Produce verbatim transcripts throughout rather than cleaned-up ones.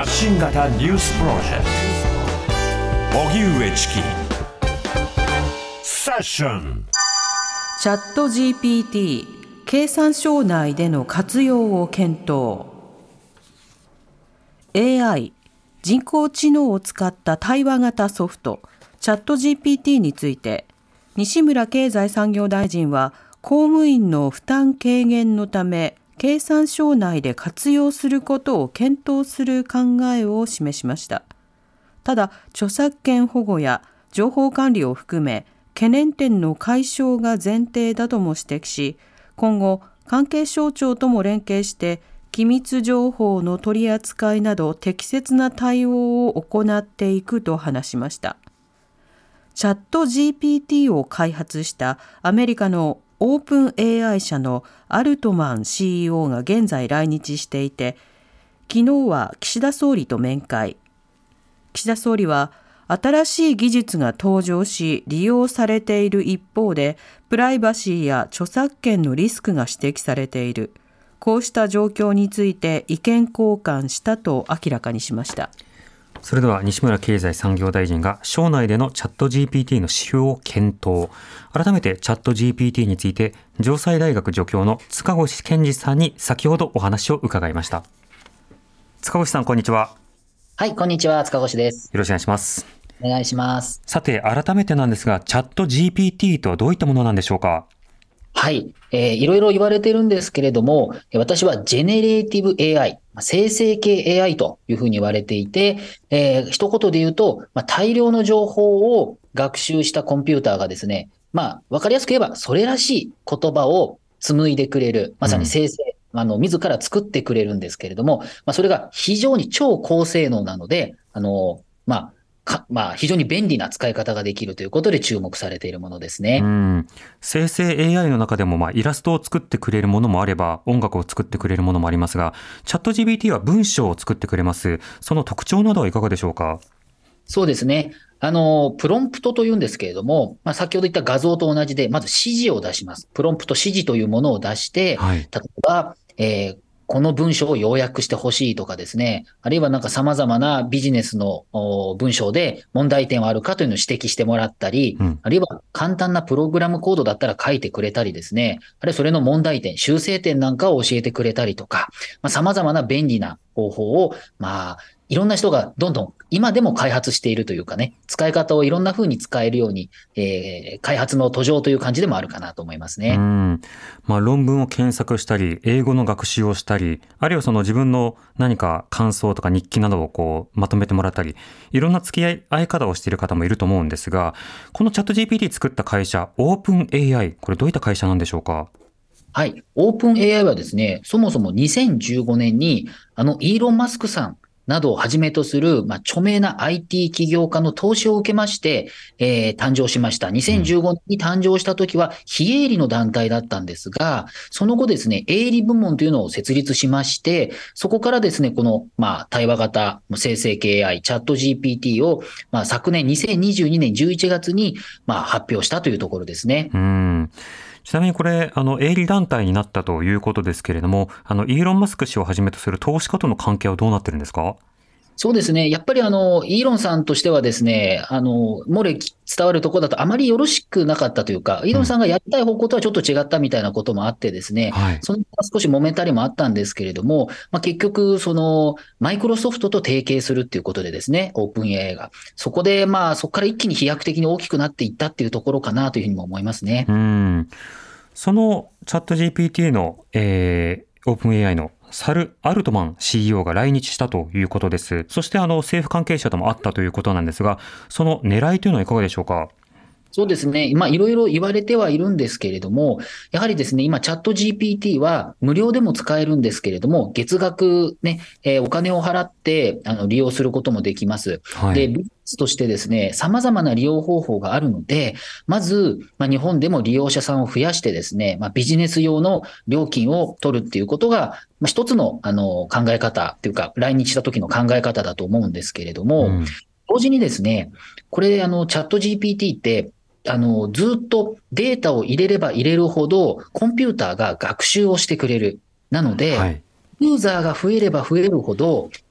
発信型ニュースプロジェクト荻上チキセッション。 チャット ジーピーティー 経産省内での活用を検討。 エーアイ 人工知能を使った対話型ソフトチャット ジーピーティー について、西村経済産業大臣は公務員の負担軽減のため経産省内で活用することを検討する考えを示しました。ただ、著作権保護や情報管理を含め懸念点の解消が前提だとも指摘し、今後関係省庁とも連携して機密情報の取り扱いなど適切な対応を行っていくと話しました。チャット ジーピーティー を開発したアメリカのオープン エーアイ 社のアルトマン シーイーオー が現在来日していて、昨日は岸田総理と面会。岸田総理は新しい技術が登場し利用されている一方で、プライバシーや著作権のリスクが指摘されている。こうした状況について意見交換したと明らかにしました。 それでは西村経済産業大臣が省内でのチャット ジーピーティー の使用を検討。改めてチャット ジーピーティー について城西大学助教の塚越健二さんに先ほどお話を伺いました。塚越さん、こんにちは。 はい、こんにちは。塚越です。 よろしくお願いします。 お願いします。 さて、改めてなんですが、チャット ジーピーティー とはどういったものなんでしょうか？ はい、えー、いろいろ言われてるんですけれども、私はジェネレーティブ エーアイ、生成系 エーアイ というふうに言われていて、えー、一言で言うと、まあ、大量の情報を学習したコンピューターがですね、まあ、わかりやすく言えば、それらしい言葉を紡いでくれる、まさに生成、うん、あの、自ら作ってくれるんですけれども、まあ、それが非常に超高性能なので、あの、まあ、かまあ、非常に便利な使い方ができるということで注目されているものですね。 うん、生成 エーアイ の中でも、まあ、イラストを作ってくれるものもあれば音楽を作ってくれるものもありますが、チャット ジーピーティー は文章を作ってくれます。その特徴などはいかがでしょうか？ そうですね。あの、プロンプトというんですけれども、まあ、先ほど言った画像と同じで、まず指示を出します。プロンプト指示というものを出して、はい、例えば、えーこの文章を要約してほしいとかですね、あるいはなんか様々なビジネスの文章で問題点はあるかというのを指摘してもらったり、うん、あるいは簡単なプログラムコードだったら書いてくれたりですね、あるいはそれの問題点、修正点なんかを教えてくれたりとか、まあ、様々な便利な方法を、まあ、いろんな人がどんどん今でも開発しているというかね、使い方をいろんな風に使えるように、えー、開発の途上という感じでもあるかなと思いますね。 うん、まあ、論文を検索したり、英語の学習をしたり、あるいはその自分の何か感想とか日記などをこうまとめてもらったり、いろんな付き合い合い方をしている方もいると思うんですが、このチャット ジーピーティー 作った会社、オープン エーアイ、これどういった会社なんでしょうか？ はい。オープン エーアイ はですね、そもそもにせんじゅうごねんに、あの、イーロン・マスクさんなどをはじめとする、まあ、著名な アイティー 起業家の投資を受けまして、えー、誕生しました。にせんじゅうごねんに誕生した時は、非営利の団体だったんですが、その後ですね、営利部門というのを設立しまして、そこからですね、この、まあ、対話型生成系 エーアイ、チャット ジーピーティー を、まあ、昨年にせんにじゅうにねんじゅういちがつに、まあ、発表したというところですね。 うん。ちなみにこれ、あの、営利団体になったということですけれども、あの、イーロン・マスク氏をはじめとする投資家との関係はどうなってるんですか？ そうですね。やっぱりあの、イーロンさんとしてはですね、あの、漏れ伝わるところだとあまりよろしくなかったというか、イーロンさんがやりたい方向とはちょっと違ったみたいなこともあってですね、はい、その少し揉めたりもあったんですけれども、まあ、結局、その、マイクロソフトと提携するっていうことでですね、オープン エーアイ が。そこで、まあ、そこから一気に飛躍的に大きくなっていったっていうところかなというふうにも思いますね。 うん。そのチャット ジーピーティー の、えー、オープン エーアイ のサル・アルトマン シーイーオー が来日したということです。そしてあの政府関係者とも会ったということなんですが、その狙いというのはいかがでしょうか？ そうですね。今、いろいろ言われてはいるんですけれども、やはりですね、今、チャット ジーピーティー は無料でも使えるんですけれども、月額ね、えー、お金を払って、あの、利用することもできます。はい、で、ビジネスとしてですね、様々な利用方法があるので、まず、まあ、日本でも利用者さんを増やしてですね、まあ、ビジネス用の料金を取るっていうことが、まあ、一つの、あの、考え方っていうか、来日した時の考え方だと思うんですけれども、うん、同時にですね、これ、あの、チャット ジーピーティー って、あの、ずっとデータを入れれば入れるほど、コンピューターが学習をしてくれる。なので、はい、ユーザーが増えれば増えるほど、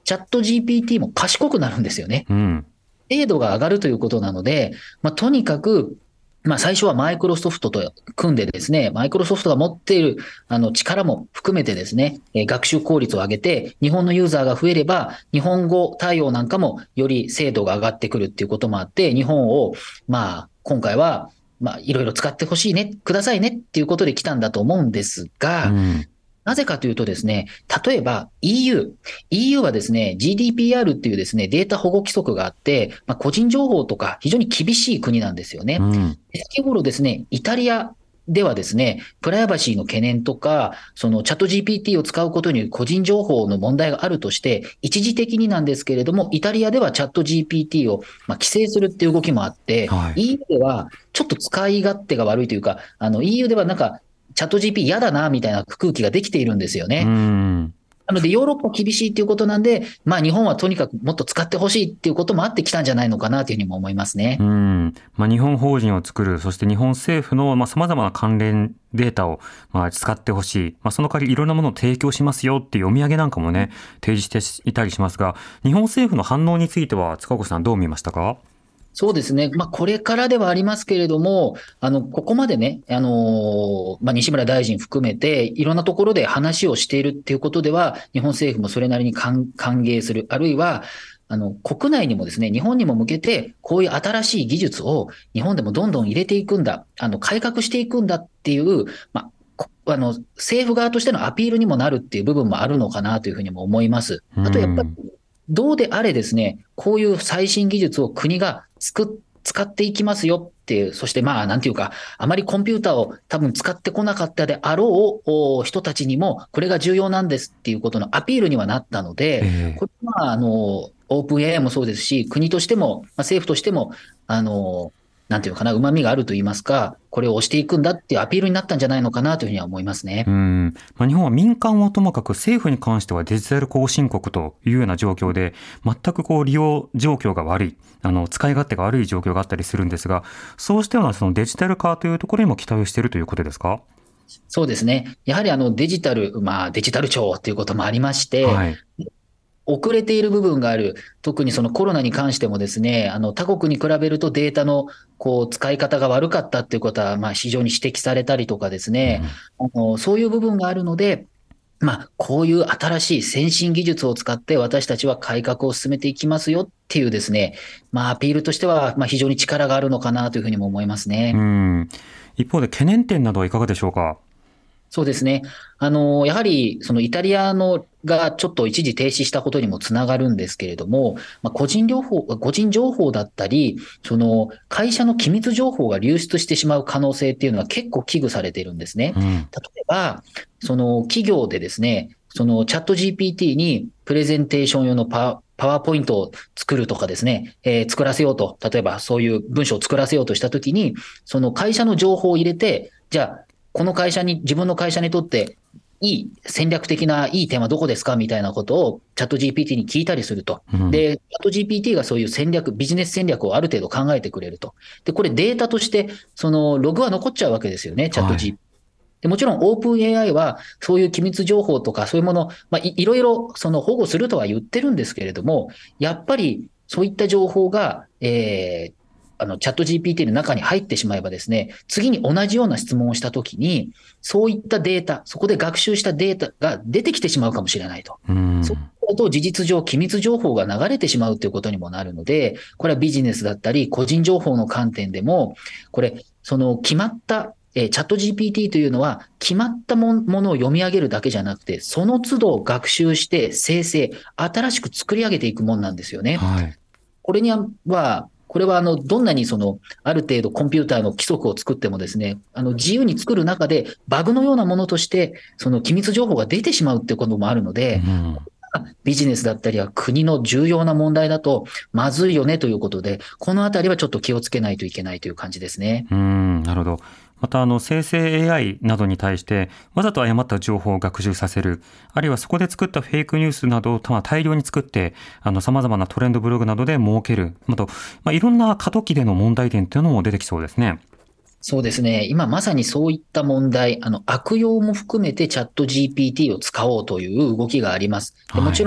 チャット ジーピーティー も賢くなるんですよね。 うん、 精度が上がるということなので、まあ、とにかく、まあ、最初はマイクロソフトと組んでですね、マイクロソフトが持っているあの力も含めてですね、学習効率を上げて、日本のユーザーが増えれば、日本語対応なんかもより精度が上がってくるっていうこともあって、日本を、まあ、今回は、まあ、いろいろ使ってほしいね、くださいねっていうことで来たんだと思うんですが、うん、なぜかというとですね、例えば イーユー。イーユー はですね、ジーディーピーアール っていうですね、データ保護規則があって、まあ、個人情報とか非常に厳しい国なんですよね。うん、先頃ですね、イタリアではですね、プライバシーの懸念とか、そのチャット ジーピーティー を使うことによる個人情報の問題があるとして、一時的になんですけれども、イタリアではチャット ジーピーティー をまあ規制するっていう動きもあって、はい、イーユー ではちょっと使い勝手が悪いというか、あの イーユー ではなんか、チャット ジーピー 嫌だな、みたいな空気ができているんですよね。 うんなので、ヨーロッパ厳しいということなんで、まあ日本はとにかくもっと使ってほしいっていうこともあってきたんじゃないのかなというふうにも思いますね。 うん、まあ、日本法人を作る、そして日本政府のまあ様々な関連データをまあ使ってほしい。まあ、その代わりいろんなものを提供しますよっていうお土産なんかもね、提示していたりしますが、日本政府の反応については塚越さんどう見ましたか？ そうですね。まあ、これからではありますけれども、あの、ここまでね、あの、まあ、西村大臣含めて、いろんなところで話をしているっていうことでは、日本政府もそれなりに歓迎する。あるいは、あの、国内にもですね、日本にも向けて、こういう新しい技術を日本でもどんどん入れていくんだ、あの、改革していくんだっていう、まあ、あの、政府側としてのアピールにもなるっていう部分もあるのかなというふうにも思います。あと、やっぱり、どうであれですね、こういう最新技術を国がつく使っていきますよっていう、そしてまあ、なんていうか、あまりコンピューターを多分使ってこなかったであろう人たちにも、これが重要なんですっていうことのアピールにはなったので、えー、これは、あの、オープンエーアイ もそうですし、国としても、まあ、政府としても、あの、なんていうかな、旨味があると言いますか、これを押していくんだっていうアピールになったんじゃないのかなというふうには思いますね。 うん、まあ、日本は民間はともかく政府に関してはデジタル後進国というような状況で、全くこう利用状況が悪い、あの使い勝手が悪い状況があったりするんですが、そうしたようなそのデジタル化というところにも期待をしているということですか？ そうですね。やはりあのデジタル、まあデジタル庁ということもありまして、はい、遅れている部分がある。特にそのコロナに関してもですね、あの他国に比べるとデータのこう使い方が悪かったっていうことはまあ非常に指摘されたりとかですね、うん、あのそういう部分があるので、まあこういう新しい先進技術を使って私たちは改革を進めていきますよっていうですね、まあアピールとしてはまあ非常に力があるのかなというふうにも思いますね。 うん。一方で懸念点などはいかがでしょうか？ そうですね。あの、やはり、そのイタリアのがちょっと一時停止したことにもつながるんですけれども、まあ、個人情報、個人情報だったり、その会社の機密情報が流出してしまう可能性っていうのは結構危惧されているんですね。うん、例えば、その企業でですね、そのチャット ジーピーティー にプレゼンテーション用のパワー、パワーポイントを作るとかですね、えー、作らせようと、例えばそういう文章を作らせようとしたときに、その会社の情報を入れて、じゃあ、この会社に、自分の会社にとっていい戦略的ないい点はどこですかみたいなことをチャット ジーピーティー に聞いたりすると。うん、で、チャット ジーピーティー がそういう戦略、ビジネス戦略をある程度考えてくれると。で、これデータとして、そのログは残っちゃうわけですよね、チャット ジーピーティー。はい、でもちろんオープン エーアイ はそういう機密情報とかそういうもの、まあ、い, いろいろその保護するとは言ってるんですけれども、やっぱりそういった情報が、えーあのチャット ジーピーティー の中に入ってしまえばですね、次に同じような質問をしたときに、そういったデータ、そこで学習したデータが出てきてしまうかもしれないと。そうすると事実上、機密情報が流れてしまうということにもなるので、これはビジネスだったり、個人情報の観点でも、これ、その決まった、えー、チャット ジーピーティー というのは、決まったものを読み上げるだけじゃなくて、その都度学習して生成、新しく作り上げていくものなんですよね。はい、これには、これはあのどんなにそのある程度コンピューターの規則を作ってもですね、あの自由に作る中でバグのようなものとしてその機密情報が出てしまうっていうこともあるので、うん、ビジネスだったりは国の重要な問題だとまずいよねということで、このあたりはちょっと気をつけないといけないという感じですね。 うん、なるほど。またあの生成 エーアイ などに対してわざと誤った情報を学習させる、あるいはそこで作ったフェイクニュースなどを大量に作ってあの様々なトレンドブログなどで儲ける、あと、まあ、いろんな過渡期での問題点というのも出てきそうですね。 そうですね。今まさにそういった問題、あの悪用も含めてチャット ジーピーティー を使おうという動きがあります。でもちろん、はい、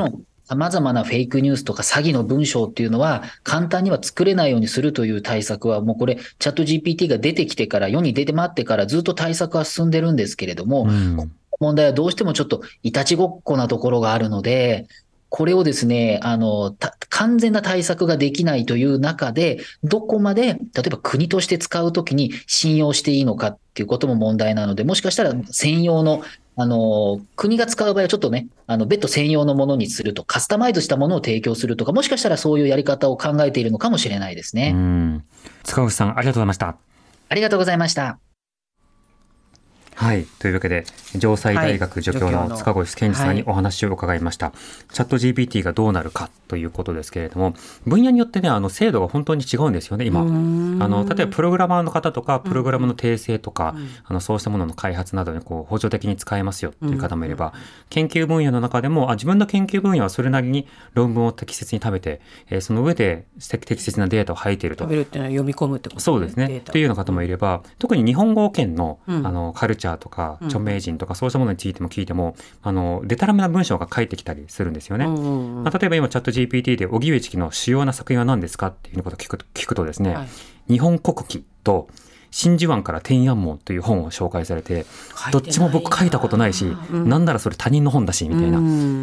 様々なフェイクニュースとか詐欺の文章っていうのは簡単には作れないようにするという対策はもうこれチャット ジーピーティー が出てきてから世に出て回ってからずっと対策は進んでるんですけれども、うん、問題はどうしてもちょっといたちごっこなところがあるので、これをですね、あの、完全な対策ができないという中で、どこまで、例えば国として使うときに信用していいのかっていうことも問題なので、もしかしたら専用の、あの、国が使う場合はちょっとね、あの、別途専用のものにすると、カスタマイズしたものを提供するとか、もしかしたらそういうやり方を考えているのかもしれないですね。 うん。塚越さん、ありがとうございました。 ありがとうございました。 はい。というわけで、城西大学助教の塚越健二さんにお話を伺いました。はい、チャット ジーピーティー がどうなるかということですけれども、分野によってね、あの、精度が本当に違うんですよね、今。あの、例えばプログラマーの方とか、プログラムの訂正とか、うん、あの、そうしたものの開発などにこう補助的に使えますよという方もいれば、うん、研究分野の中でも、あ、自分の研究分野はそれなりに論文を適切に食べて、えー、その上で適切なデータを吐いていると。 食べるっていうのは読み込むってことですね。 そうですね。というような方もいれば、特に日本語圏の、うん、あの、カルチャーとか、著名人とかそうしたものについても聞いても、あのデタラメな文章が返ってきたりするんですよね。うんうんうん、まあ、例えば今チャット ジーピーティー で荻上チキの主要な作品は何ですかっていうことを聞く、聞くとですね、はい、日本国旗と真珠湾から天安門という本を紹介されて、どっちも僕書いたことないし、うん、なんならそれ他人の本だしみたいな、うん、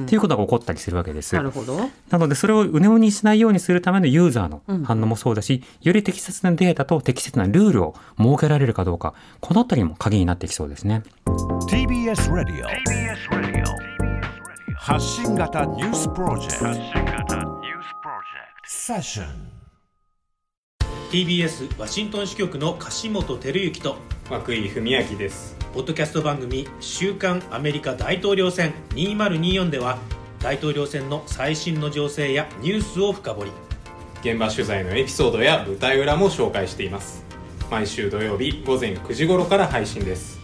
っていうことが起こったりするわけです。 なるほど。 なのでそれをうねうねにしないようにするためのユーザーの反応もそうだし、うん、より適切なデータと適切なルールを設けられるかどうか、このあたりも鍵になってきそうですね。 ティービーエス Radio 発信型ニュースプロジェクトセッション。 ティービーエス ワシントン支局の樫本照之と涌井文明です。 ポッドキャスト番組週刊アメリカ大統領選にせんにじゅうよんでは、大統領選の最新の情勢やニュースを深掘り、 現場取材のエピソードや舞台裏も紹介しています。毎週土曜日午前くじ頃から配信です。